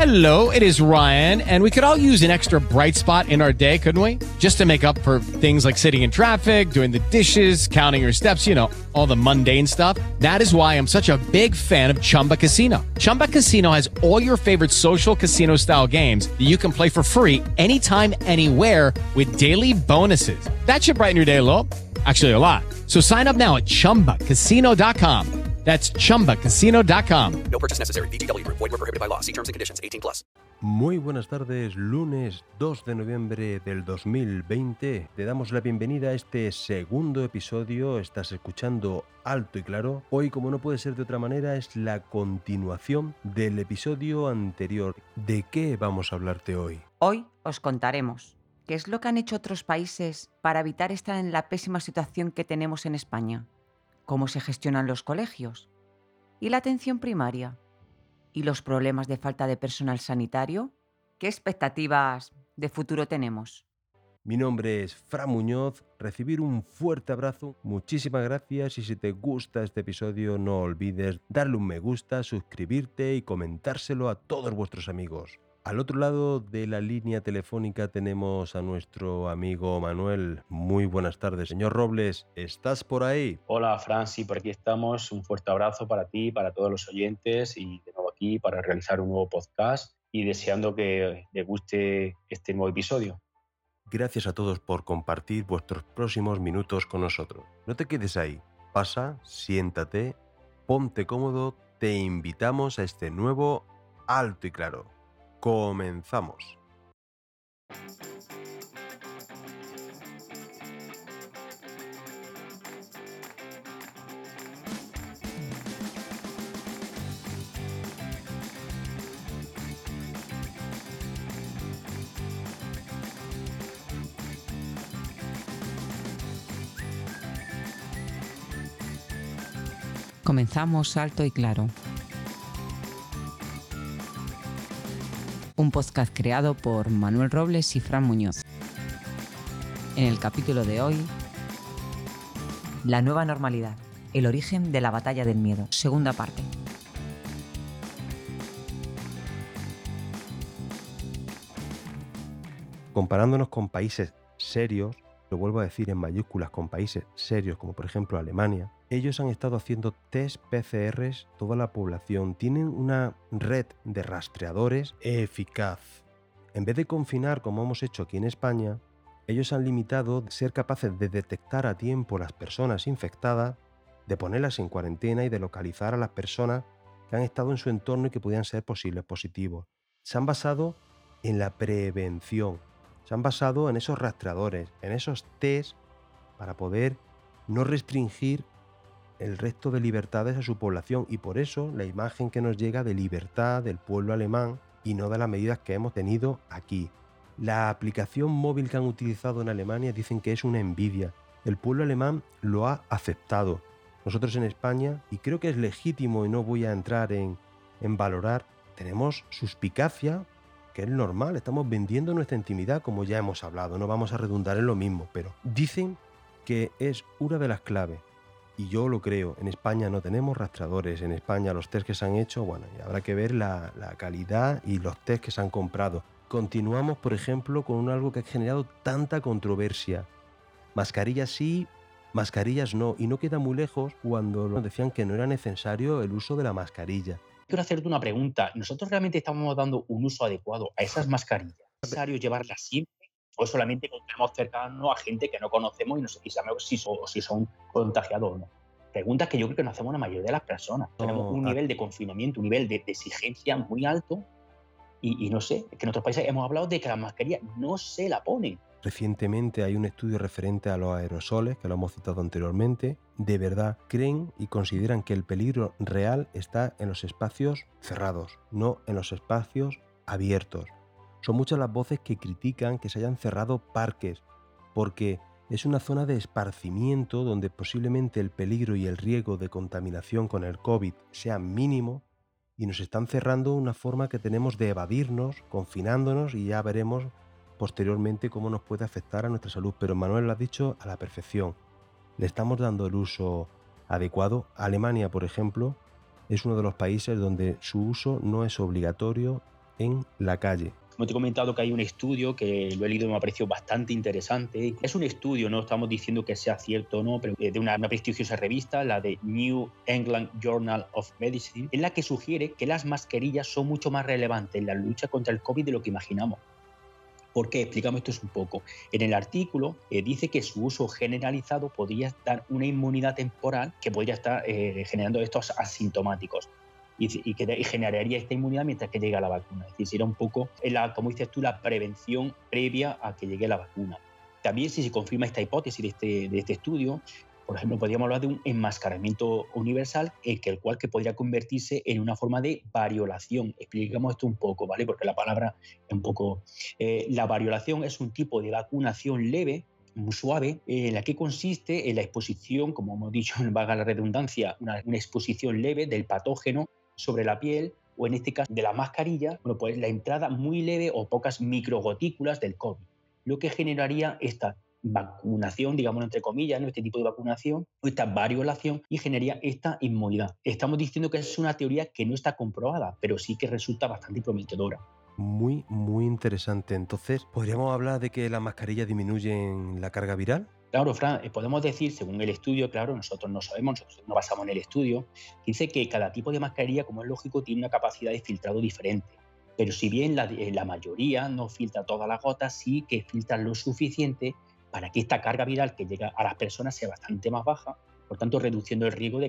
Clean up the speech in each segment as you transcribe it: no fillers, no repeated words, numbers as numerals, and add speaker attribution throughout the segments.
Speaker 1: Hello, it is Ryan, and we could all use an extra bright spot in our day, couldn't we? Just to make up for things like sitting in traffic, doing the dishes, counting your steps, you know, all the mundane stuff. That is why I'm such a big fan of Chumba Casino. Chumba Casino has all your favorite social casino-style games that you can play for free anytime, anywhere with daily bonuses. That should brighten your day a little. Actually, a lot. So sign up now at ChumbaCasino.com. That's ChumbaCasino.com.
Speaker 2: No purchase necessary. VGW Group. Void where prohibited by law. See terms and conditions. 18+.
Speaker 3: Muy buenas tardes, lunes 2 de noviembre del 2020. Te damos la bienvenida a este segundo episodio. Estás escuchando Alto y Claro. Hoy, como no puede ser de otra manera, es la continuación del episodio anterior. ¿De qué vamos a hablarte hoy?
Speaker 4: Hoy os contaremos qué es lo que han hecho otros países para evitar estar en la pésima situación que tenemos en España, cómo se gestionan los colegios y la atención primaria, y los problemas de falta de personal sanitario. ¿Qué expectativas de futuro tenemos?
Speaker 3: Mi nombre es Fran Muñoz, recibir un fuerte abrazo, muchísimas gracias y si te gusta este episodio no olvides darle un me gusta, suscribirte y comentárselo a todos vuestros amigos. Al otro lado de la línea telefónica tenemos a nuestro amigo Manuel. Muy buenas tardes. Señor Robles, ¿estás por ahí?
Speaker 5: Hola, Fran, sí, por aquí estamos. Un fuerte abrazo para ti, para todos los oyentes y de nuevo aquí para realizar un nuevo podcast y deseando que les guste este nuevo episodio.
Speaker 3: Gracias a todos por compartir vuestros próximos minutos con nosotros. No te quedes ahí. Pasa, siéntate, ponte cómodo. Te invitamos a este nuevo Alto y Claro. Comenzamos.
Speaker 4: Comenzamos Alto y Claro. Un podcast creado por Manuel Robles y Fran Muñoz. En el capítulo de hoy, la nueva normalidad, el origen de la batalla del miedo, segunda parte.
Speaker 3: Comparándonos con países serios, lo vuelvo a decir en mayúsculas, con países serios como por ejemplo Alemania, ellos han estado haciendo test PCRs, toda la población, tienen una red de rastreadores eficaz. En vez de confinar como hemos hecho aquí en España, ellos han limitado ser capaces de detectar a tiempo las personas infectadas, de ponerlas en cuarentena y de localizar a las personas que han estado en su entorno y que podían ser posibles positivos. Se han basado en la prevención, se han basado en esos rastreadores, en esos test para poder no restringir el resto de libertades a su población y por eso la imagen que nos llega de libertad del pueblo alemán y no de las medidas que hemos tenido aquí. La aplicación móvil que han utilizado en Alemania dicen que es una envidia. El pueblo alemán lo ha aceptado. Nosotros en España, y creo que es legítimo y no voy a entrar en valorar, tenemos suspicacia, que es normal, estamos vendiendo nuestra intimidad como ya hemos hablado, no vamos a redundar en lo mismo, pero dicen que es una de las claves. Y yo lo creo, en España no tenemos rastreadores, en España los test que se han hecho, bueno, y habrá que ver la calidad y los test que se han comprado. Continuamos, por ejemplo, con algo que ha generado tanta controversia. Mascarillas sí, mascarillas no, y no queda muy lejos cuando nos decían que no era necesario el uso de la mascarilla.
Speaker 5: Quiero hacerte una pregunta. ¿Nosotros realmente estamos dando un uso adecuado a esas mascarillas? ¿Es necesario llevarlas siempre? ¿O solamente cuando tenemos cercano a gente que no conocemos y sabemos si son contagiados o no? Preguntas que yo creo que nos hacemos la mayoría de las personas. Tenemos un nivel de confinamiento, un nivel de exigencia muy alto y no sé, que en otros países hemos hablado de que las mascarillas no se la ponen.
Speaker 3: Recientemente hay un estudio referente a los aerosoles, que lo hemos citado anteriormente. De verdad, creen y consideran que el peligro real está en los espacios cerrados, no en los espacios abiertos. Son muchas las voces que critican que se hayan cerrado parques, porque es una zona de esparcimiento donde posiblemente el peligro y el riesgo de contaminación con el COVID sea mínimo y nos están cerrando una forma que tenemos de evadirnos, confinándonos y ya veremos posteriormente cómo nos puede afectar a nuestra salud. Pero Manuel lo ha dicho a la perfección. Le estamos dando el uso adecuado. Alemania, por ejemplo, es uno de los países donde su uso no es obligatorio en la calle.
Speaker 5: Como te he comentado, que hay un estudio que lo he leído y me ha parecido bastante interesante. Es un estudio, no estamos diciendo que sea cierto o no, pero de una prestigiosa revista, la de New England Journal of Medicine, en la que sugiere que las mascarillas son mucho más relevantes en la lucha contra el COVID de lo que imaginamos. ¿Por qué? Explicamos esto un poco. En el artículo dice que su uso generalizado podría dar una inmunidad temporal que podría estar generando estos asintomáticos y que generaría esta inmunidad mientras que llega la vacuna. Es decir, sería un poco, como dices tú, la prevención previa a que llegue la vacuna. También, si se confirma esta hipótesis de este estudio, por ejemplo, podríamos hablar de un enmascaramiento universal, el cual podría convertirse en una forma de variolación. Explicamos esto un poco, ¿vale? Porque la palabra es un poco... la variolación es un tipo de vacunación leve, muy suave, en la que consiste en la exposición, como hemos dicho, valga la redundancia, una exposición leve del patógeno sobre la piel, o en este caso de la mascarilla, bueno, pues la entrada muy leve o pocas microgotículas del COVID, lo que generaría esta vacunación, digamos entre comillas, ¿no? Este tipo de vacunación, o esta variolación, y generaría esta inmunidad. Estamos diciendo que es una teoría que no está comprobada, pero sí que resulta bastante prometedora.
Speaker 3: Muy, muy interesante. Entonces, ¿podríamos hablar de que las mascarillas disminuyen la carga viral?
Speaker 5: Claro, Fran, podemos decir, según el estudio, claro, nosotros no sabemos, nosotros nos basamos en el estudio, dice que cada tipo de mascarilla, como es lógico, tiene una capacidad de filtrado diferente. Pero si bien la mayoría no filtra todas las gotas, sí que filtran lo suficiente para que esta carga viral que llega a las personas sea bastante más baja, por tanto reduciendo el riesgo de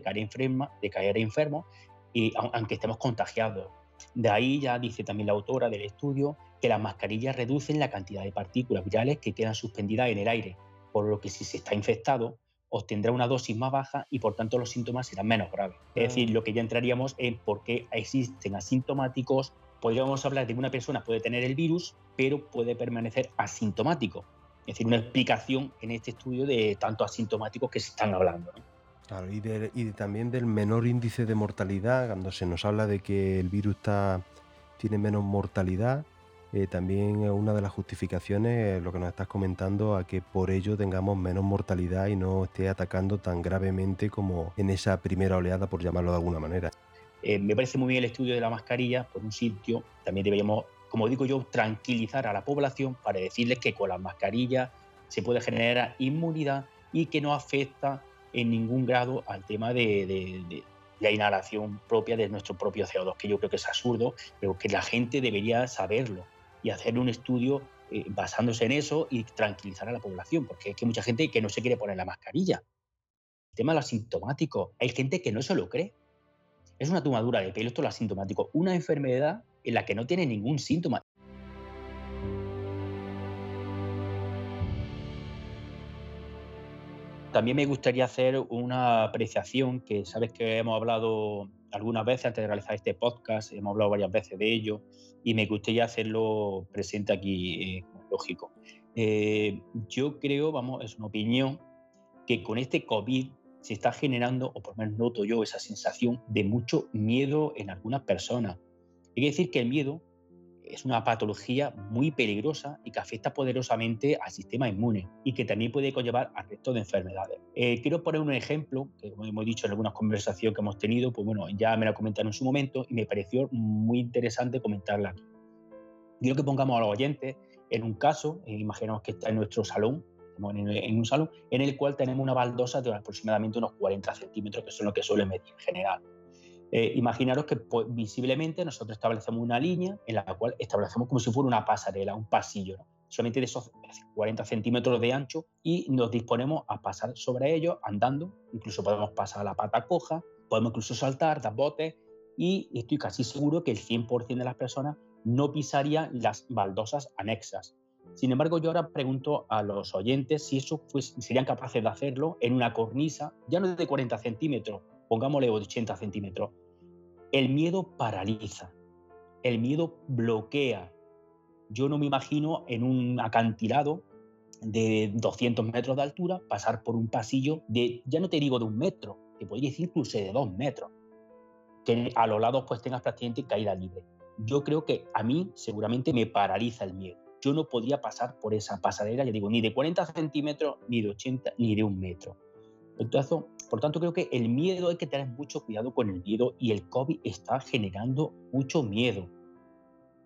Speaker 5: caer enfermo, aunque estemos contagiados. De ahí ya dice también la autora del estudio que las mascarillas reducen la cantidad de partículas virales que quedan suspendidas en el aire, por lo que si se está infectado, obtendrá una dosis más baja y por tanto los síntomas serán menos graves. Es decir, lo que ya entraríamos en por qué existen asintomáticos. Podríamos hablar de que una persona puede tener el virus, pero puede permanecer asintomático. Es decir, una explicación en este estudio de tantos asintomáticos que se están hablando, ¿no?
Speaker 3: Claro, también del menor índice de mortalidad, cuando se nos habla de que el virus tiene menos mortalidad, también una de las justificaciones es lo que nos estás comentando, a que por ello tengamos menos mortalidad y no esté atacando tan gravemente como en esa primera oleada, por llamarlo de alguna manera.
Speaker 5: Me parece muy bien el estudio de la mascarilla por un sitio. También deberíamos, como digo yo, tranquilizar a la población para decirles que con las mascarillas se puede generar inmunidad y que no afecta en ningún grado al tema de la inhalación propia de nuestro propio CO2, que yo creo que es absurdo, pero que la gente debería saberlo y hacer un estudio basándose en eso y tranquilizar a la población, porque es que hay mucha gente que no se quiere poner la mascarilla. El tema de los asintomáticos, hay gente que no se lo cree. Es una tomadura de pelo, esto es lo asintomático, una enfermedad en la que no tiene ningún síntoma. También me gustaría hacer una apreciación, que sabes que hemos hablado algunas veces antes de realizar este podcast, hemos hablado varias veces de ello, y me gustaría hacerlo presente aquí, lógico. Yo creo, vamos, es una opinión, que con este COVID se está generando, o por lo menos noto yo esa sensación de mucho miedo en algunas personas. Hay que decir que el miedo es una patología muy peligrosa y que afecta poderosamente al sistema inmune y que también puede conllevar al resto de enfermedades. Quiero poner un ejemplo, que como hemos dicho en algunas conversaciones que hemos tenido, pues bueno, ya me lo comentaron en su momento y me pareció muy interesante comentarla aquí. Quiero que pongamos a los oyentes en un caso, imaginemos que está en nuestro salón, en un salón en el cual tenemos una baldosa de aproximadamente unos 40 centímetros, que son lo que suele medir en general. Imaginaros que pues, visiblemente nosotros establecemos una línea en la cual establecemos como si fuera una pasarela, un pasillo, ¿no? Solamente de esos 40 centímetros de ancho, y nos disponemos a pasar sobre ellos andando. Incluso podemos pasar a la pata coja, podemos incluso saltar, dar botes, y estoy casi seguro que el 100% de las personas no pisarían las baldosas anexas. Sin embargo, yo ahora pregunto a los oyentes si serían capaces de hacerlo en una cornisa, ya no de 40 centímetros, pongámosle 80 centímetros. El miedo paraliza, el miedo bloquea. Yo no me imagino en un acantilado de 200 metros de altura pasar por un pasillo de, ya no te digo de 1 metro, te podría decir incluso de 2 metros, que a los lados pues tengas prácticamente caída libre. Yo creo que a mí seguramente me paraliza el miedo. Yo no podría pasar por esa pasarela, ya digo, ni de 40 centímetros, ni de 80, ni de 1 metro. Entonces, por tanto, creo que el miedo, hay que tener mucho cuidado con el miedo, y el COVID está generando mucho miedo.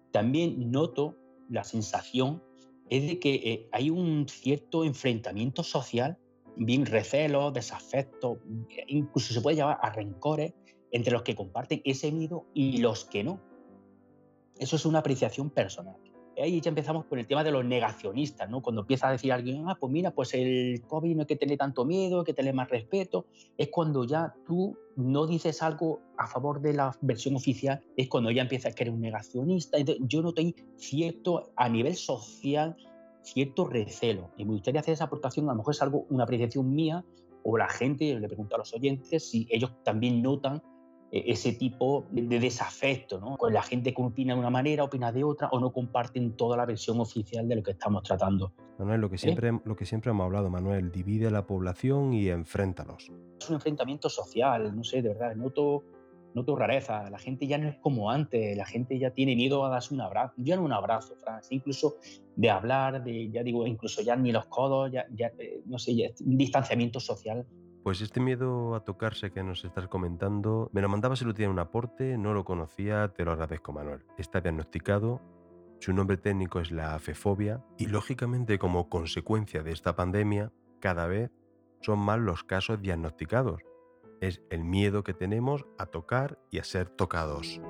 Speaker 5: también noto la sensación es de que hay un cierto enfrentamiento social, bien recelos, desafectos, incluso se puede llevar a rencores entre los que comparten ese miedo y los que no. Eso es una apreciación personal. Ahí ya empezamos con el tema de los negacionistas, ¿no? Cuando empieza a decir alguien, pues mira, pues el COVID no hay que tener tanto miedo, hay que tener más respeto, es cuando ya tú no dices algo a favor de la versión oficial, es cuando ya empiezas que eres un negacionista. Entonces, yo noto ahí cierto, a nivel social, cierto recelo. Y me gustaría hacer esa aportación, a lo mejor es algo, una apreciación mía, o la gente, le pregunto a los oyentes si ellos también notan ese tipo de desafecto, ¿no? Con la gente que opina de una manera, opina de otra, o no comparten toda la versión oficial de lo que estamos tratando.
Speaker 3: Manuel, lo que siempre hemos hablado, Manuel, divide a la población y enfréntalos.
Speaker 5: Es un enfrentamiento social, no sé, de verdad, noto rareza. La gente ya no es como antes, la gente ya tiene miedo a darse un abrazo. Ya no un abrazo, Fran, incluso de hablar, ya digo, incluso ya ni los codos, no sé, ya un distanciamiento social.
Speaker 3: Pues este miedo a tocarse que nos estás comentando, me lo mandabas el otro día en un aporte, no lo conocía, te lo agradezco, Manuel. Está diagnosticado, su nombre técnico es la afefobia y lógicamente como consecuencia de esta pandemia, cada vez son más los casos diagnosticados. Es el miedo que tenemos a tocar y a ser tocados.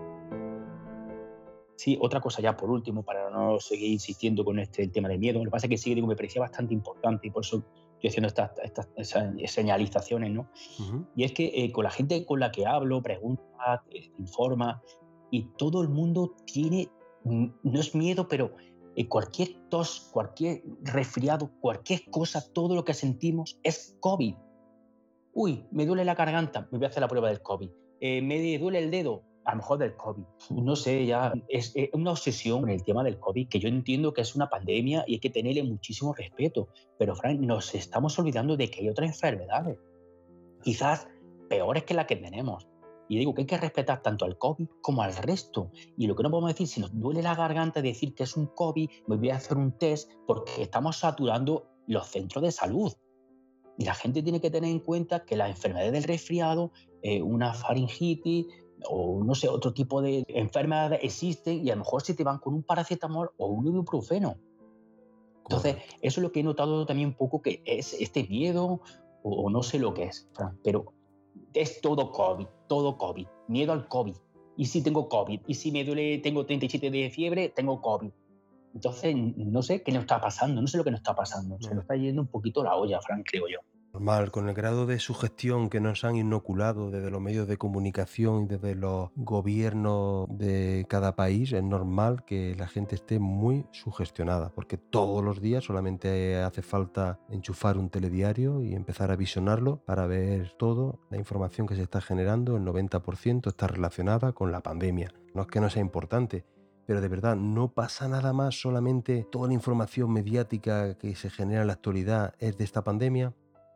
Speaker 5: Sí, otra cosa ya por último, para no seguir insistiendo con el tema del miedo, lo que pasa es que sí, digo, me parecía bastante importante y por eso estoy haciendo estas señalizaciones, ¿no?
Speaker 3: Uh-huh.
Speaker 5: Y es que con la gente con la que hablo, pregunta, informa, y todo el mundo tiene, no es miedo, pero cualquier tos, cualquier resfriado, cualquier cosa, todo lo que sentimos es COVID. Uy, me duele la garganta, me voy a hacer la prueba del COVID. Me duele el dedo, a lo mejor del COVID. No sé, ya es una obsesión con el tema del COVID, que yo entiendo que es una pandemia y hay que tenerle muchísimo respeto. Pero, Frank, nos estamos olvidando de que hay otras enfermedades, quizás peores que las que tenemos. Y digo que hay que respetar tanto al COVID como al resto. Y lo que no podemos decir, si nos duele la garganta, decir que es un COVID, me voy a hacer un test, porque estamos saturando los centros de salud. Y la gente tiene que tener en cuenta que las enfermedades del resfriado, una faringitis o no sé, otro tipo de enfermedades existen y a lo mejor se te van con un paracetamol o un ibuprofeno. Entonces, eso es lo que he notado también un poco, que es este miedo o no sé lo que es, Fran, pero es todo COVID, miedo al COVID. ¿Y si tengo COVID? ¿Y si me duele, tengo 37 de fiebre, tengo COVID? Entonces, no sé qué nos está pasando, no sé lo que nos está pasando. Se nos está yendo un poquito la olla, Fran, creo yo.
Speaker 3: Normal, con el grado de sugestión que nos han inoculado desde los medios de comunicación y desde los gobiernos de cada país, es normal que la gente esté muy sugestionada, porque todos los días solamente hace falta enchufar un telediario y empezar a visionarlo para ver todo. La información que se está generando, el 90% está relacionada con la pandemia. No es que no sea importante, pero de verdad no pasa nada más, solamente toda la información mediática que se genera en la actualidad es de esta pandemia.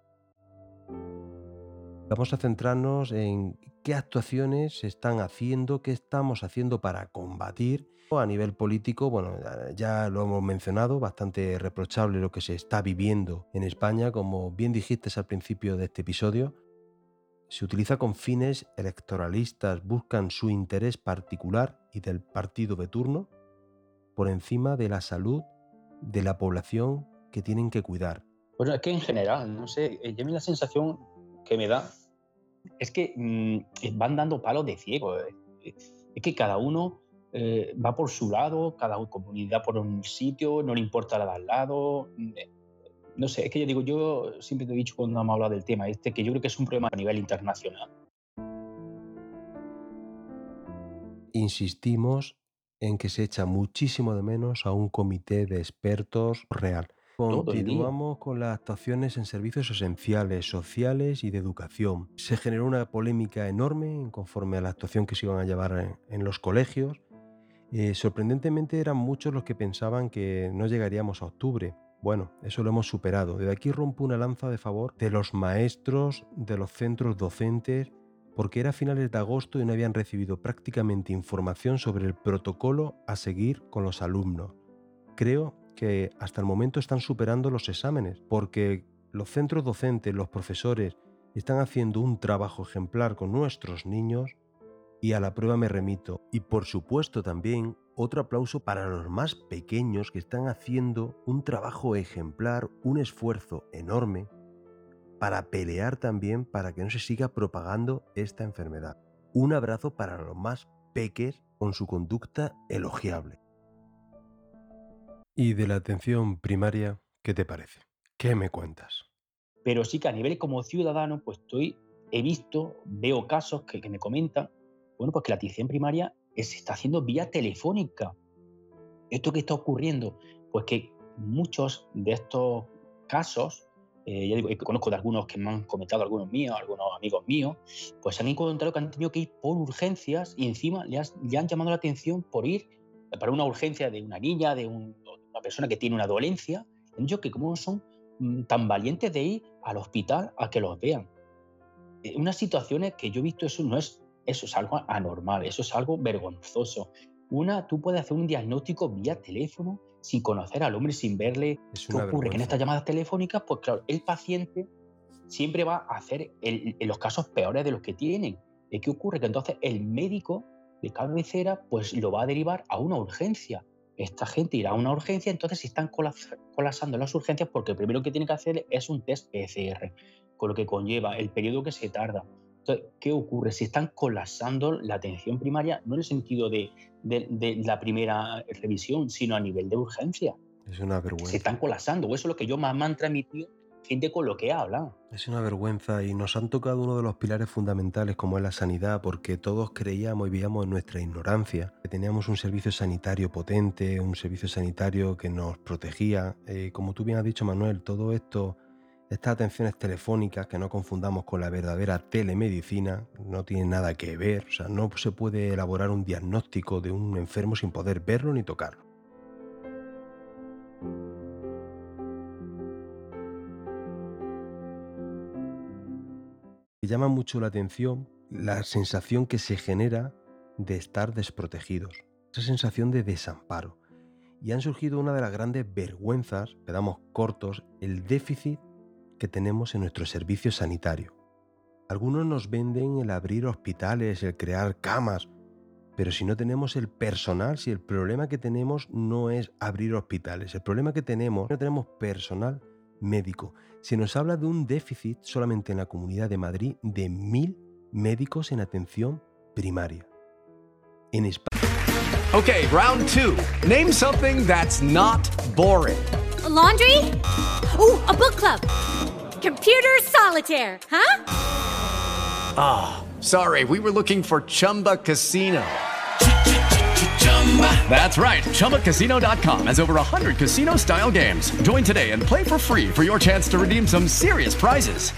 Speaker 3: Vamos a centrarnos en qué actuaciones se están haciendo, qué estamos haciendo para combatir. A nivel político, bueno, ya lo hemos mencionado, bastante reprochable lo que se está viviendo en España, como bien dijiste al principio de este episodio. Se utiliza con fines electoralistas, buscan su interés particular y del partido de turno por encima de la salud de la población que tienen que cuidar.
Speaker 5: Bueno, es que en general, no sé, yo la sensación que me da es que van dando palos de ciego. Es que cada uno va por su lado, cada comunidad por un sitio, no le importa la de al lado. No sé, es que yo siempre te he dicho cuando hemos hablado del tema que yo creo que es un problema a nivel internacional.
Speaker 3: Insistimos en que se echa muchísimo de menos a un comité de expertos real. Continuamos con las actuaciones en servicios esenciales, sociales y de educación. Se generó una polémica enorme conforme a la actuación que se iban a llevar en los colegios. Sorprendentemente eran muchos los que pensaban que no llegaríamos a octubre. Bueno, eso lo hemos superado. Desde aquí rompo una lanza de favor de los maestros, de los centros docentes, porque era finales de agosto y no habían recibido prácticamente información sobre el protocolo a seguir con los alumnos. Creo que hasta el momento están superando los exámenes, porque los centros docentes, los profesores, están haciendo un trabajo ejemplar con nuestros niños y a la prueba me remito. Y por supuesto también otro aplauso para los más pequeños que están haciendo un trabajo ejemplar, un esfuerzo enorme para pelear también para que no se siga propagando esta enfermedad. Un abrazo para los más peques con su conducta elogiable. Y de la atención primaria, ¿qué te parece? ¿Qué me cuentas?
Speaker 5: Pero sí que a nivel como ciudadano, pues veo casos que me comentan, bueno, pues que la atención primaria se está haciendo vía telefónica. ¿Esto qué está ocurriendo? Pues que muchos de estos casos, ya digo, conozco de algunos que me han comentado, algunos amigos míos, pues se han encontrado que han tenido que ir por urgencias y encima le han llamado la atención por ir para una urgencia de una niña, de una persona que tiene una dolencia. Han dicho que cómo son tan valientes de ir al hospital a que los vean. Unas situaciones que yo he visto, eso es algo anormal, eso es algo vergonzoso. Tú puedes hacer un diagnóstico vía teléfono sin conocer al hombre, sin verle. ¿Qué ocurre? Que en estas llamadas telefónicas, pues claro, el paciente siempre va a hacer en los casos peores de los que tienen. ¿Qué ocurre? Que entonces el médico de cabecera pues lo va a derivar a una urgencia. Esta gente irá a una urgencia, entonces se están colapsando las urgencias porque lo primero que tiene que hacer es un test PCR, con lo que conlleva el periodo que se tarda. Entonces, ¿qué ocurre? Se están colapsando la atención primaria, no en el sentido de la primera revisión, sino a nivel de urgencia.
Speaker 3: Es una vergüenza.
Speaker 5: Se están colapsando, o eso es lo que yo más me han transmitido gente con lo que he hablado.
Speaker 3: Es una vergüenza y nos han tocado uno de los pilares fundamentales como es la sanidad, porque todos creíamos y vivíamos en nuestra ignorancia, que teníamos un servicio sanitario potente, un servicio sanitario que nos protegía. Como tú bien has dicho, Manuel, todo esto, estas atenciones telefónicas, que no confundamos con la verdadera telemedicina, no tienen nada que ver. O sea, no se puede elaborar un diagnóstico de un enfermo sin poder verlo ni tocarlo. Me llama mucho la atención la sensación que se genera de estar desprotegidos, esa sensación de desamparo. Y han surgido una de las grandes vergüenzas, quedamos cortos, el déficit que tenemos en nuestro servicio sanitario. Algunos nos venden el abrir hospitales, el crear camas, pero si no tenemos el personal, si el problema que tenemos no es abrir hospitales, el problema que tenemos, no tenemos personal médico. Se nos habla de un déficit solamente en la Comunidad de Madrid de 1.000 médicos en atención primaria. En España.
Speaker 6: Okay, round 2. Name something that's not boring.
Speaker 7: A laundry? Ooh, a book club. Computer solitaire, huh?
Speaker 6: Sorry, we were looking for Chumba Casino. That's right. ChumbaCasino.com has over 100 casino-style games. Join today and play for free for your chance to redeem some serious prizes.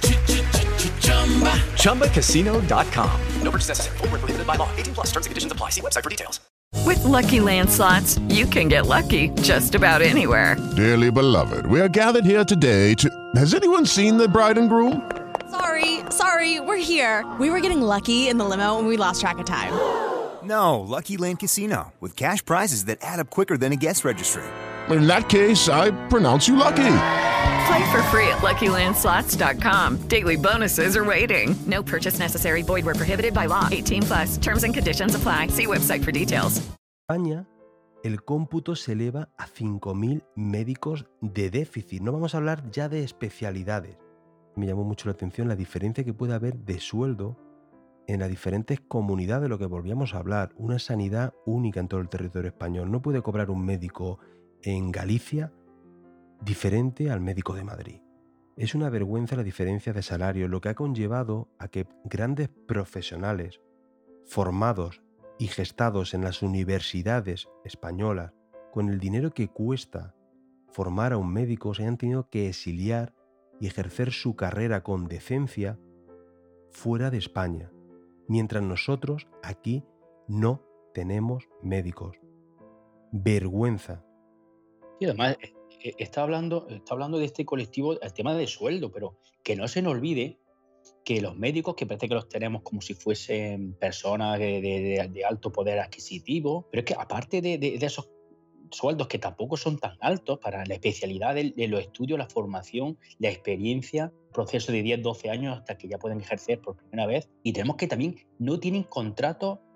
Speaker 6: ChumbaCasino.com.
Speaker 2: No purchase necessary. Void where prohibited by law. 18 plus. Terms and conditions apply. See website for details.
Speaker 8: With Lucky Land Slots, you can get lucky just about anywhere.
Speaker 9: Dearly beloved, we are gathered here today to... Has anyone seen the bride and groom?
Speaker 10: Sorry, we're here. We were getting lucky in the limo and we lost track of time.
Speaker 11: No, Lucky Land Casino, with cash prizes that add up quicker than a guest registry.
Speaker 9: In that case, I pronounce you lucky.
Speaker 8: Play for free at LuckyLandSlots.com. Daily bonuses are waiting. No purchase necessary. Void where prohibited by law. 18 plus. Terms and conditions apply. See website for details.
Speaker 3: En España, el cómputo se eleva a 5.000 médicos de déficit. No vamos a hablar ya de especialidades. Me llamó mucho la atención la diferencia que puede haber de sueldo en las diferentes comunidades, de lo que volvíamos a hablar. Una sanidad única en todo el territorio español. No puede cobrar un médico en Galicia diferente al médico de Madrid. Es una vergüenza la diferencia de salario, lo que ha conllevado a que grandes profesionales formados y gestados en las universidades españolas, con el dinero que cuesta formar a un médico, se hayan tenido que exiliar y ejercer su carrera con decencia fuera de España, mientras nosotros aquí no tenemos médicos. Vergüenza.
Speaker 5: Y además está hablando de este colectivo, el tema del sueldo, pero que no se nos olvide que los médicos, que parece que los tenemos como si fuesen personas de alto poder adquisitivo, pero es que aparte de esos sueldos que tampoco son tan altos para la especialidad de los estudios, la formación, la experiencia, proceso de 10, 12 años hasta que ya pueden ejercer por primera vez. Y tenemos que también no tienen contratos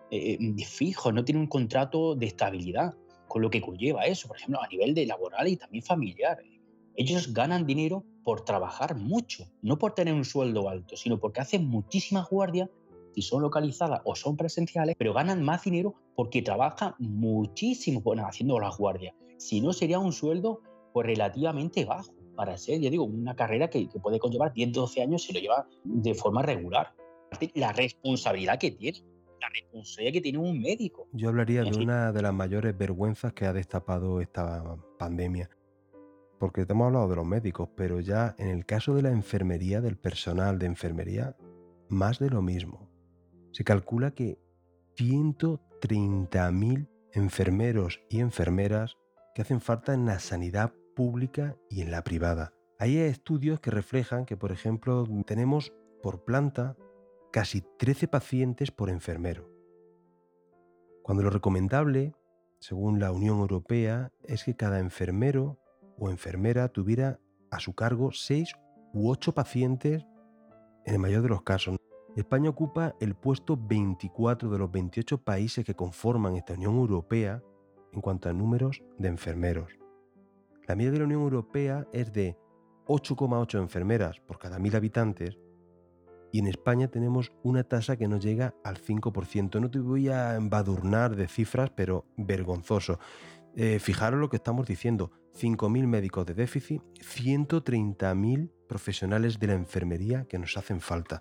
Speaker 5: fijos, no tienen un contrato de estabilidad, con lo que conlleva eso, por ejemplo, a nivel de laboral y también familiar. Ellos ganan dinero por trabajar mucho, no por tener un sueldo alto, sino porque hacen muchísimas guardias, si son localizadas o son presenciales, pero ganan más dinero porque trabajan muchísimo haciendo las guardias. Si no, sería un sueldo pues relativamente bajo para ser, ya digo, una carrera que puede conllevar 10-12 años si lo lleva de forma regular. La responsabilidad que tiene, un médico.
Speaker 3: Yo hablaría de una de las mayores vergüenzas que ha destapado esta pandemia. Porque te hemos hablado de los médicos, pero ya en el caso de la enfermería, del personal de enfermería, más de lo mismo. Se calcula que 130.000 enfermeros y enfermeras que hacen falta en la sanidad pública y en la privada. Hay estudios que reflejan que, por ejemplo, tenemos por planta casi 13 pacientes por enfermero. Cuando lo recomendable, según la Unión Europea, es que cada enfermero o enfermera tuviera a su cargo 6 u 8 pacientes en el mayor de los casos. España ocupa el puesto 24 de los 28 países que conforman esta Unión Europea en cuanto a números de enfermeros. La media de la Unión Europea es de 8,8 enfermeras por cada 1.000 habitantes y en España tenemos una tasa que no llega al 5%. No te voy a embadurnar de cifras, pero vergonzoso. Fijaros lo que estamos diciendo, 5.000 médicos de déficit, 130.000 profesionales de la enfermería que nos hacen falta.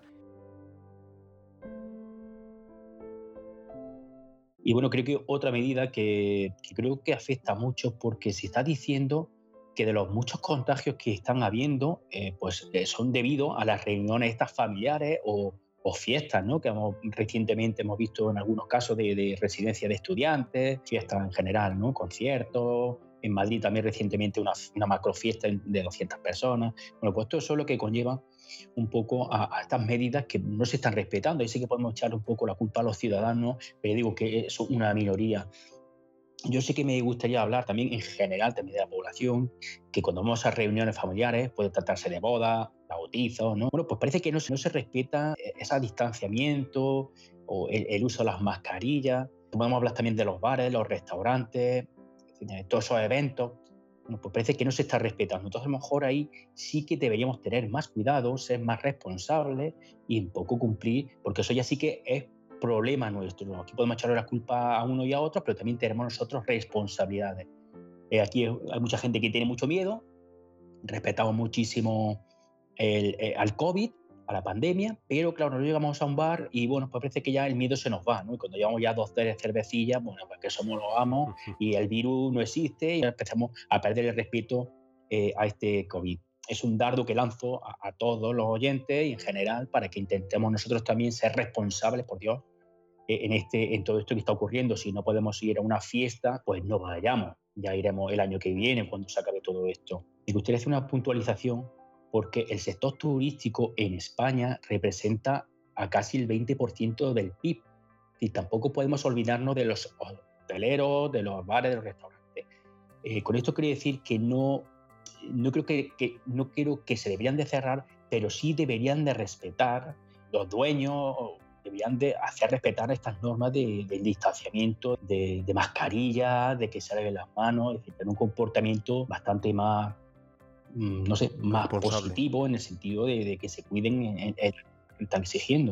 Speaker 5: Y bueno, creo que otra medida que creo que afecta mucho porque se está diciendo que de los muchos contagios que están habiendo, son debido a las reuniones estas familiares o fiestas, ¿no? Que recientemente hemos visto en algunos casos de residencia de estudiantes, fiestas en general, ¿no? Conciertos. En Madrid también recientemente una macrofiesta de 200 personas. Bueno, pues todo eso es lo que conlleva un poco a estas medidas que no se están respetando. Ahí sí que podemos echar un poco la culpa a los ciudadanos, pero digo que es una minoría. Yo sí que me gustaría hablar también en general también de la población, que cuando vamos a reuniones familiares puede tratarse de bodas, bautizos, ¿no? Bueno, pues parece que no se respeta ese distanciamiento o el uso de las mascarillas. Podemos hablar también de los bares, los restaurantes, todos esos eventos. Bueno, pues parece que no se está respetando. Entonces, a lo mejor ahí sí que deberíamos tener más cuidado, ser más responsables y un poco cumplir, porque eso ya sí que es problema nuestro. Aquí podemos echarle la culpa a uno y a otro, pero también tenemos nosotros responsabilidades. Aquí hay mucha gente que tiene mucho miedo, respetamos muchísimo al COVID, a la pandemia, pero claro, no llegamos a un bar y bueno, pues parece que ya el miedo se nos va, ¿no? Y cuando llevamos ya 2 cervecillas, bueno, pues que somos los amos y el virus no existe y empezamos a perder el respeto a este COVID. Es un dardo que lanzo a todos los oyentes y en general para que intentemos nosotros también ser responsables, por Dios, en todo esto que está ocurriendo. Si no podemos ir a una fiesta, pues no vayamos. Ya iremos el año que viene cuando se acabe todo esto. Me gustaría hacer una puntualización porque el sector turístico en España representa a casi el 20% del PIB. Y tampoco podemos olvidarnos de los hoteleros, de los bares, de los restaurantes. Con esto quiero decir que no creo que se deberían de cerrar, pero sí deberían de respetar los dueños, deberían de hacer respetar estas normas de distanciamiento, de mascarilla, de que se laven las manos, es decir, tener un comportamiento bastante más, más positivo en el sentido de que se cuiden, están exigiendo.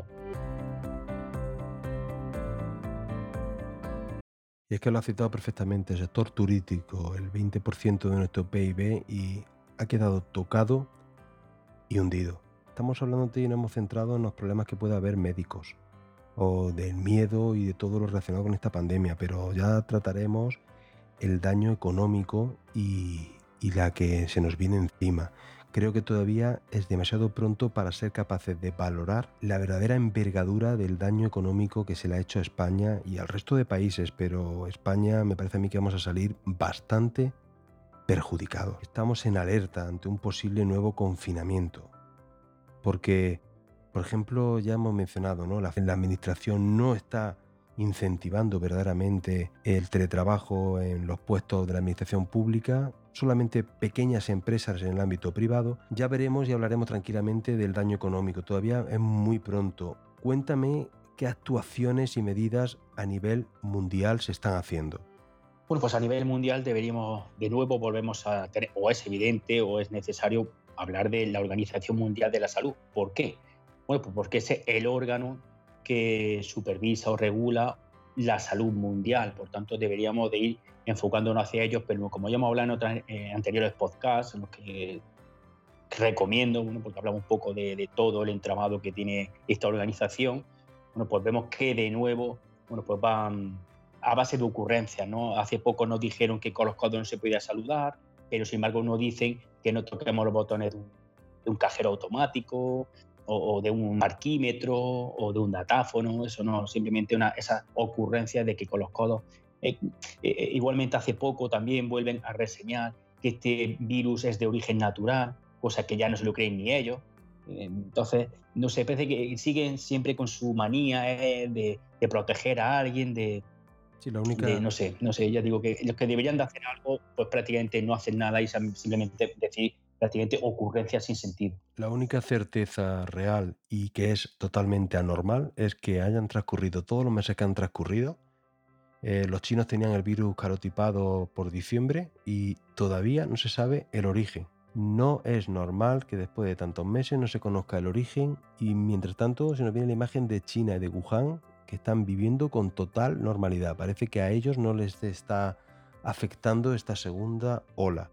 Speaker 3: Y es que lo ha citado perfectamente, el sector turístico, el 20% de nuestro PIB, y ha quedado tocado y hundido. Estamos hablando y nos hemos centrado en los problemas que puede haber médicos, o del miedo y de todo lo relacionado con esta pandemia, pero ya trataremos el daño económico y la que se nos viene encima. Creo que todavía es demasiado pronto para ser capaces de valorar la verdadera envergadura del daño económico que se le ha hecho a España y al resto de países, pero España me parece a mí que vamos a salir bastante perjudicados. Estamos en alerta ante un posible nuevo confinamiento, porque, por ejemplo, ya hemos mencionado, ¿no? La administración no está incentivando verdaderamente el teletrabajo en los puestos de la administración pública, solamente pequeñas empresas en el ámbito privado. Ya veremos y hablaremos tranquilamente del daño económico, todavía es muy pronto. Cuéntame qué actuaciones y medidas a nivel mundial se están haciendo?
Speaker 5: Bueno, pues a nivel mundial deberíamos, de nuevo, volvemos a tener, o es evidente o es necesario hablar de la Organización Mundial de la Salud. ¿Por qué? Bueno, pues porque es el órgano que supervisa o regula la salud mundial. Por tanto, deberíamos de ir enfocándonos hacia ellos, pero como ya hemos hablado en otros anteriores podcasts, en los que recomiendo, bueno, porque hablamos un poco de todo el entramado que tiene esta organización, bueno, pues vemos que de nuevo, bueno, pues van a base de ocurrencias, ¿no? Hace poco nos dijeron que con los codos no se podía saludar, pero sin embargo nos dicen que no toquemos los botones de un cajero automático o de un parquímetro o de un datáfono. Eso no, simplemente esas ocurrencias de que con los codos. Igualmente hace poco también vuelven a reseñar que este virus es de origen natural, cosa que ya no se lo creen ni ellos. Entonces, no sé, parece que siguen siempre con su manía de proteger a alguien,
Speaker 3: Sí, la única...
Speaker 5: no sé, ya digo que los que deberían de hacer algo, pues prácticamente no hacen nada y simplemente decir prácticamente ocurrencias sin sentido.
Speaker 3: La única certeza real y que es totalmente anormal es que hayan transcurrido todos los meses que han transcurrido. Los chinos tenían el virus carotipado por diciembre y todavía no se sabe el origen. No es normal que después de tantos meses no se conozca el origen y mientras tanto se nos viene la imagen de China y de Wuhan que están viviendo con total normalidad. Parece que a ellos no les está afectando esta segunda ola.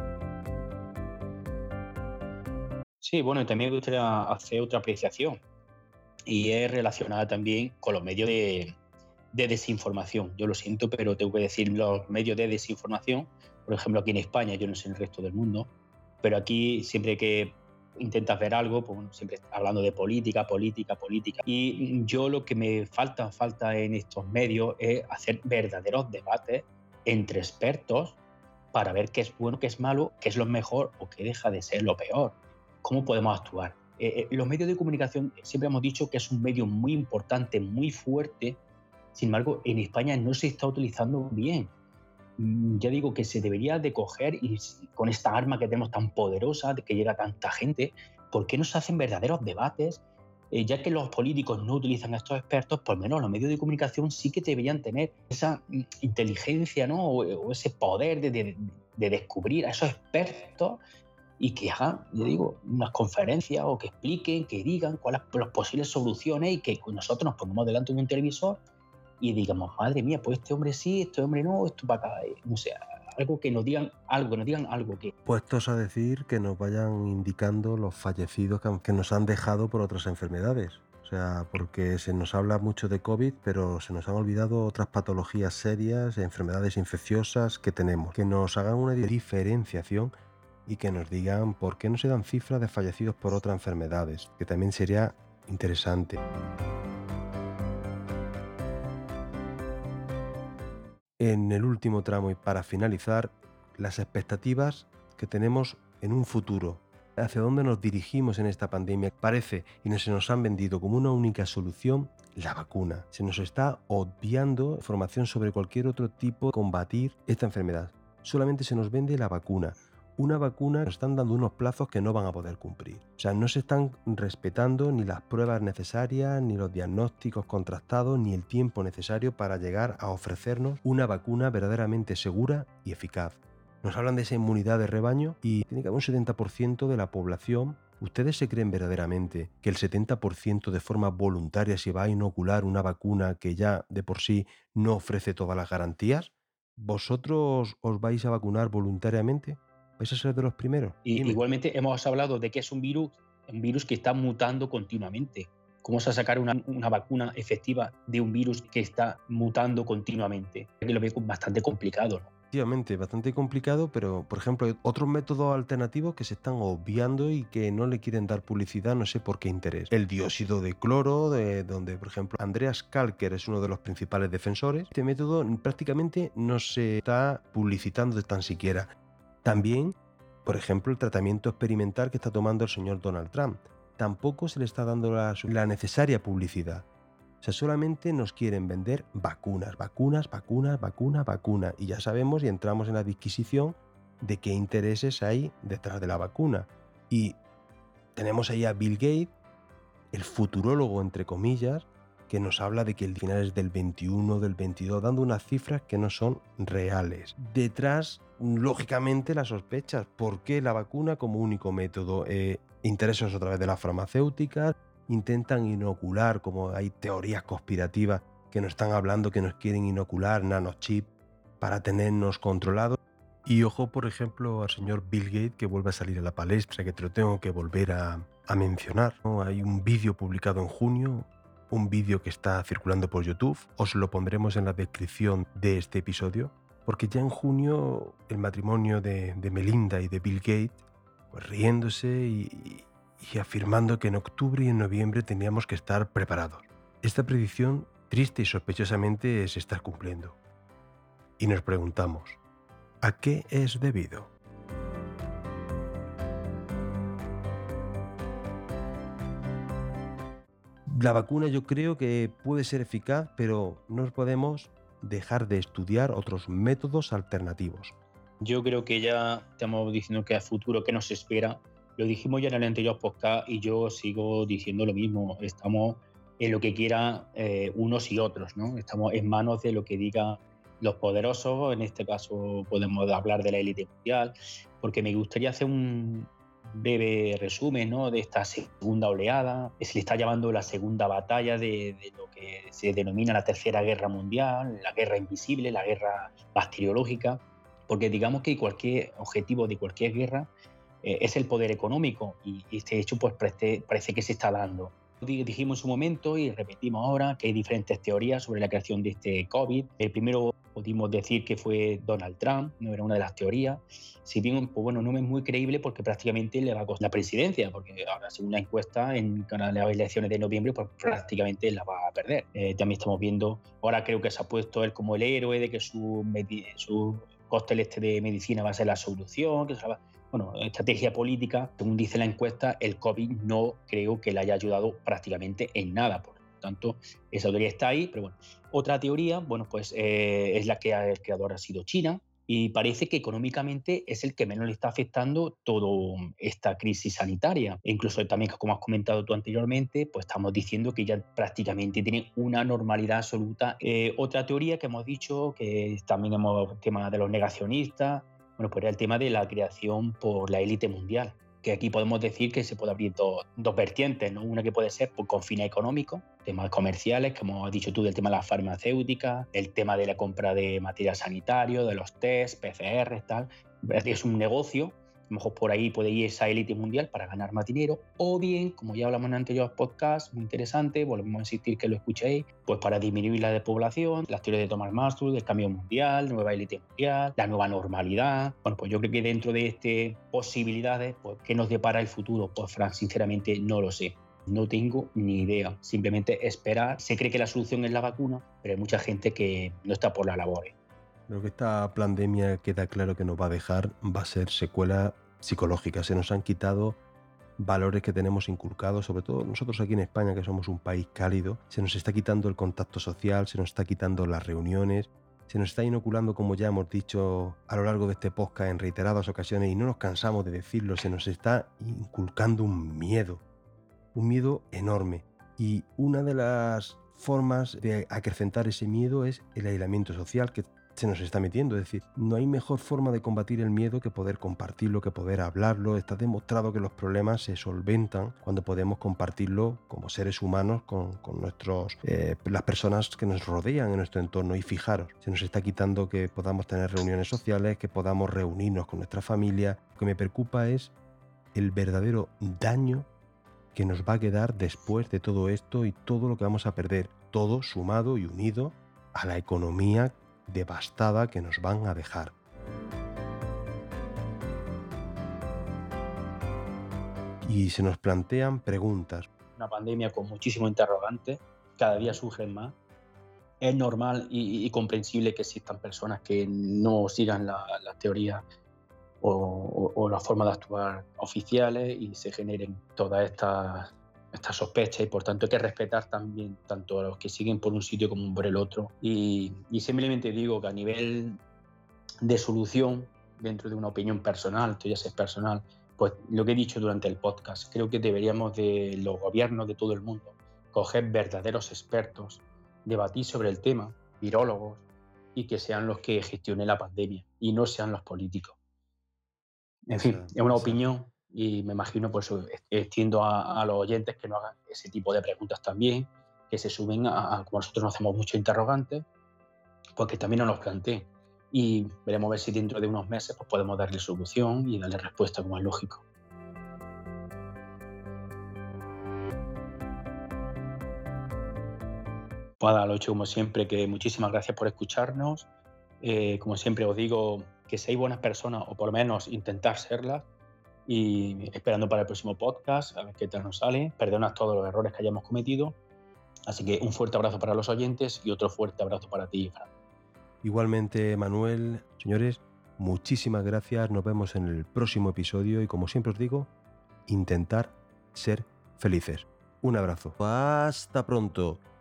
Speaker 5: Sí, bueno, y también me gustaría hacer otra apreciación y es relacionada también con los medios de desinformación. Yo lo siento, pero tengo que decir los medios de desinformación. Por ejemplo, aquí en España, yo no sé en el resto del mundo, pero aquí siempre que intentas ver algo, pues bueno, siempre hablando de política. Y yo lo que me falta en estos medios es hacer verdaderos debates entre expertos para ver qué es bueno, qué es malo, qué es lo mejor o qué deja de ser lo peor. ¿Cómo podemos actuar? Los medios de comunicación siempre hemos dicho que es un medio muy importante, muy fuerte. Sin embargo, en España no se está utilizando bien. Ya digo que se debería de coger y con esta arma que tenemos tan poderosa, de que llega a tanta gente, ¿por qué no se hacen verdaderos debates? Ya que los políticos no utilizan a estos expertos, por lo menos los medios de comunicación sí que deberían tener esa inteligencia, ¿no? o ese poder de descubrir a esos expertos y que hagan, ya digo, unas conferencias o que expliquen, que digan cuáles son las posibles soluciones y que nosotros nos pongamos delante de un televisor y digamos, madre mía, pues este hombre sí, este hombre no, esto para acá, no sé, algo que nos digan algo que...
Speaker 3: Puestos a decir que nos vayan indicando los fallecidos que nos han dejado por otras enfermedades. O sea, porque se nos habla mucho de COVID, pero se nos han olvidado otras patologías serias, enfermedades infecciosas que tenemos. Que nos hagan una diferenciación y que nos digan por qué no se dan cifras de fallecidos por otras enfermedades, que también sería interesante. En el último tramo y para finalizar, las expectativas que tenemos en un futuro. ¿Hacia dónde nos dirigimos en esta pandemia? Parece y se nos han vendido como una única solución la vacuna. Se nos está obviando información sobre cualquier otro tipo de combatir esta enfermedad. Solamente se nos vende la vacuna. Una vacuna nos están dando unos plazos que no van a poder cumplir. O sea, no se están respetando ni las pruebas necesarias, ni los diagnósticos contrastados, ni el tiempo necesario para llegar a ofrecernos una vacuna verdaderamente segura y eficaz. Nos hablan de esa inmunidad de rebaño y tiene que haber un 70% de la población. ¿Ustedes se creen verdaderamente que el 70% de forma voluntaria se va a inocular una vacuna que ya de por sí no ofrece todas las garantías? ¿Vosotros os vais a vacunar voluntariamente? ¿Vais a ser de los primeros?
Speaker 5: Y igualmente hemos hablado de que es un virus que está mutando continuamente. ¿Cómo se va a sacar una vacuna efectiva de un virus que está mutando continuamente? Lo veo bastante complicado, ¿no?
Speaker 3: Efectivamente, bastante complicado, pero por ejemplo hay otros métodos alternativos que se están obviando y que no le quieren dar publicidad, no sé por qué interés. El dióxido de cloro, donde por ejemplo Andreas Kalker es uno de los principales defensores. Este método prácticamente no se está publicitando tan siquiera. También, por ejemplo, el tratamiento experimental que está tomando el señor Donald Trump. Tampoco se le está dando la necesaria publicidad. O sea, solamente nos quieren vender vacunas. Y ya sabemos y entramos en la disquisición de qué intereses hay detrás de la vacuna. Y tenemos ahí a Bill Gates, el futurólogo, entre comillas, que nos habla de que el final es del 21, del 22, dando unas cifras que no son reales. Detrás, lógicamente, las sospechas. ¿Por qué la vacuna como único método? Intereses a través de las farmacéuticas, intentan inocular, como hay teorías conspirativas que nos están hablando que nos quieren inocular nanochip para tenernos controlados. Y ojo, por ejemplo, al señor Bill Gates, que vuelve a salir a la palestra, que te lo tengo que volver a mencionar, ¿no? Hay un vídeo publicado en junio, un vídeo que está circulando por YouTube, os lo pondremos en la descripción de este episodio, porque ya en junio el matrimonio de Melinda y de Bill Gates, pues riéndose y afirmando que en octubre y en noviembre teníamos que estar preparados. Esta predicción, triste y sospechosamente, se está cumpliendo. Y nos preguntamos, ¿a qué es debido? La vacuna yo creo que puede ser eficaz, pero no podemos dejar de estudiar otros métodos alternativos.
Speaker 5: Yo creo que ya estamos diciendo que a futuro, ¿qué nos espera? Lo dijimos ya en el anterior podcast y yo sigo diciendo lo mismo. Estamos en lo que quieran unos y otros, ¿no? Estamos en manos de lo que digan los poderosos. En este caso podemos hablar de la élite mundial, porque me gustaría hacer un breve resumen, ¿no?, de esta segunda oleada. Se le está llamando la segunda batalla de lo que se denomina la Tercera Guerra Mundial, la guerra invisible, la guerra bacteriológica, porque digamos que cualquier objetivo de cualquier guerra es el poder económico, y este hecho pues parece que se está dando. Dijimos en su momento y repetimos ahora que hay diferentes teorías sobre la creación de este COVID. El primero pudimos decir que fue Donald Trump, no era una de las teorías. Si bien, pues bueno, no es muy creíble porque prácticamente le va a costar la presidencia, porque ahora según la encuesta en las elecciones de noviembre pues prácticamente la va a perder. También estamos viendo, ahora creo que se ha puesto él como el héroe de que su cóctel de medicina va a ser la solución, que se va... Bueno, estrategia política, según dice la encuesta, el COVID no creo que le haya ayudado prácticamente en nada. Por lo tanto, esa teoría está ahí, pero bueno. Otra teoría, bueno, pues es la que el creador ha sido China, y parece que económicamente es el que menos le está afectando toda esta crisis sanitaria. E incluso también, como has comentado tú anteriormente, pues estamos diciendo que ya prácticamente tiene una normalidad absoluta. Otra teoría que hemos dicho, que también el tema de los negacionistas, bueno, pues era el tema de la creación por la élite mundial, que aquí podemos decir que se puede abrir dos vertientes, ¿no? Una que puede ser con fines económicos, temas comerciales, como has dicho tú, del tema de las farmacéuticas, el tema de la compra de material sanitario, de los test, PCR, tal. Es un negocio. A lo mejor por ahí puede ir esa élite mundial para ganar más dinero, o bien, como ya hablamos en anteriores podcasts, muy interesante, volvemos a insistir que lo escuchéis, pues para disminuir la despoblación, las teorías de Thomas Malthus, del cambio mundial, nueva élite mundial, la nueva normalidad. Bueno, pues yo creo que dentro de estas posibilidades, pues ¿qué nos depara el futuro? Pues Frank, sinceramente no lo sé. No tengo ni idea, simplemente esperar. Se cree que la solución es la vacuna, pero hay mucha gente que no está por las labores.
Speaker 3: Lo que esta pandemia queda claro que nos va a dejar va a ser secuela psicológica. Se nos han quitado valores que tenemos inculcados, sobre todo nosotros aquí en España, que somos un país cálido. Se nos está quitando el contacto social, se nos está quitando las reuniones, se nos está inoculando, como ya hemos dicho a lo largo de este podcast en reiteradas ocasiones, y no nos cansamos de decirlo, se nos está inculcando un miedo enorme. Y una de las formas de acrecentar ese miedo es el aislamiento social que se nos está metiendo. Es decir, no hay mejor forma de combatir el miedo que poder compartirlo, que poder hablarlo. Está demostrado que los problemas se solventan cuando podemos compartirlo como seres humanos con las personas que nos rodean en nuestro entorno. Y fijaros, se nos está quitando que podamos tener reuniones sociales, que podamos reunirnos con nuestra familia. Lo que me preocupa es el verdadero daño que nos va a quedar después de todo esto y todo lo que vamos a perder, todo sumado y unido a la economía devastada que nos van a dejar. Y se nos plantean preguntas.
Speaker 5: Una pandemia con muchísimos interrogantes, cada día surgen más. Es normal y comprensible que existan personas que no sigan las teorías o la forma de actuar oficiales y se generen todas estas sospechas, y por tanto hay que respetar también tanto a los que siguen por un sitio como por el otro. Y simplemente digo que a nivel de solución, dentro de una opinión personal, esto ya es personal, pues lo que he dicho durante el podcast, creo que deberíamos de los gobiernos de todo el mundo coger verdaderos expertos, debatir sobre el tema, virólogos, y que sean los que gestionen la pandemia y no sean los políticos. En fin, es una opinión y me imagino, pues extiendo a los oyentes que no hagan ese tipo de preguntas también, que se sumen como nosotros nos hacemos muchos interrogantes, pues que también nos los planteen. Y veremos a ver si dentro de unos meses pues podemos darle solución y darle respuesta como es lógico. Pues nada, lo he hecho como siempre, que muchísimas gracias por escucharnos. Como siempre os digo, que seáis buenas personas o por lo menos intentar serlas, y esperando para el próximo podcast a ver qué tal nos sale. Perdonad todos los errores que hayamos cometido. Así que un fuerte abrazo para los oyentes y otro fuerte abrazo para ti, Fran.
Speaker 3: Igualmente, Manuel. Señores, muchísimas gracias. Nos vemos en el próximo episodio y, como siempre os digo, intentar ser felices. Un abrazo. Hasta pronto.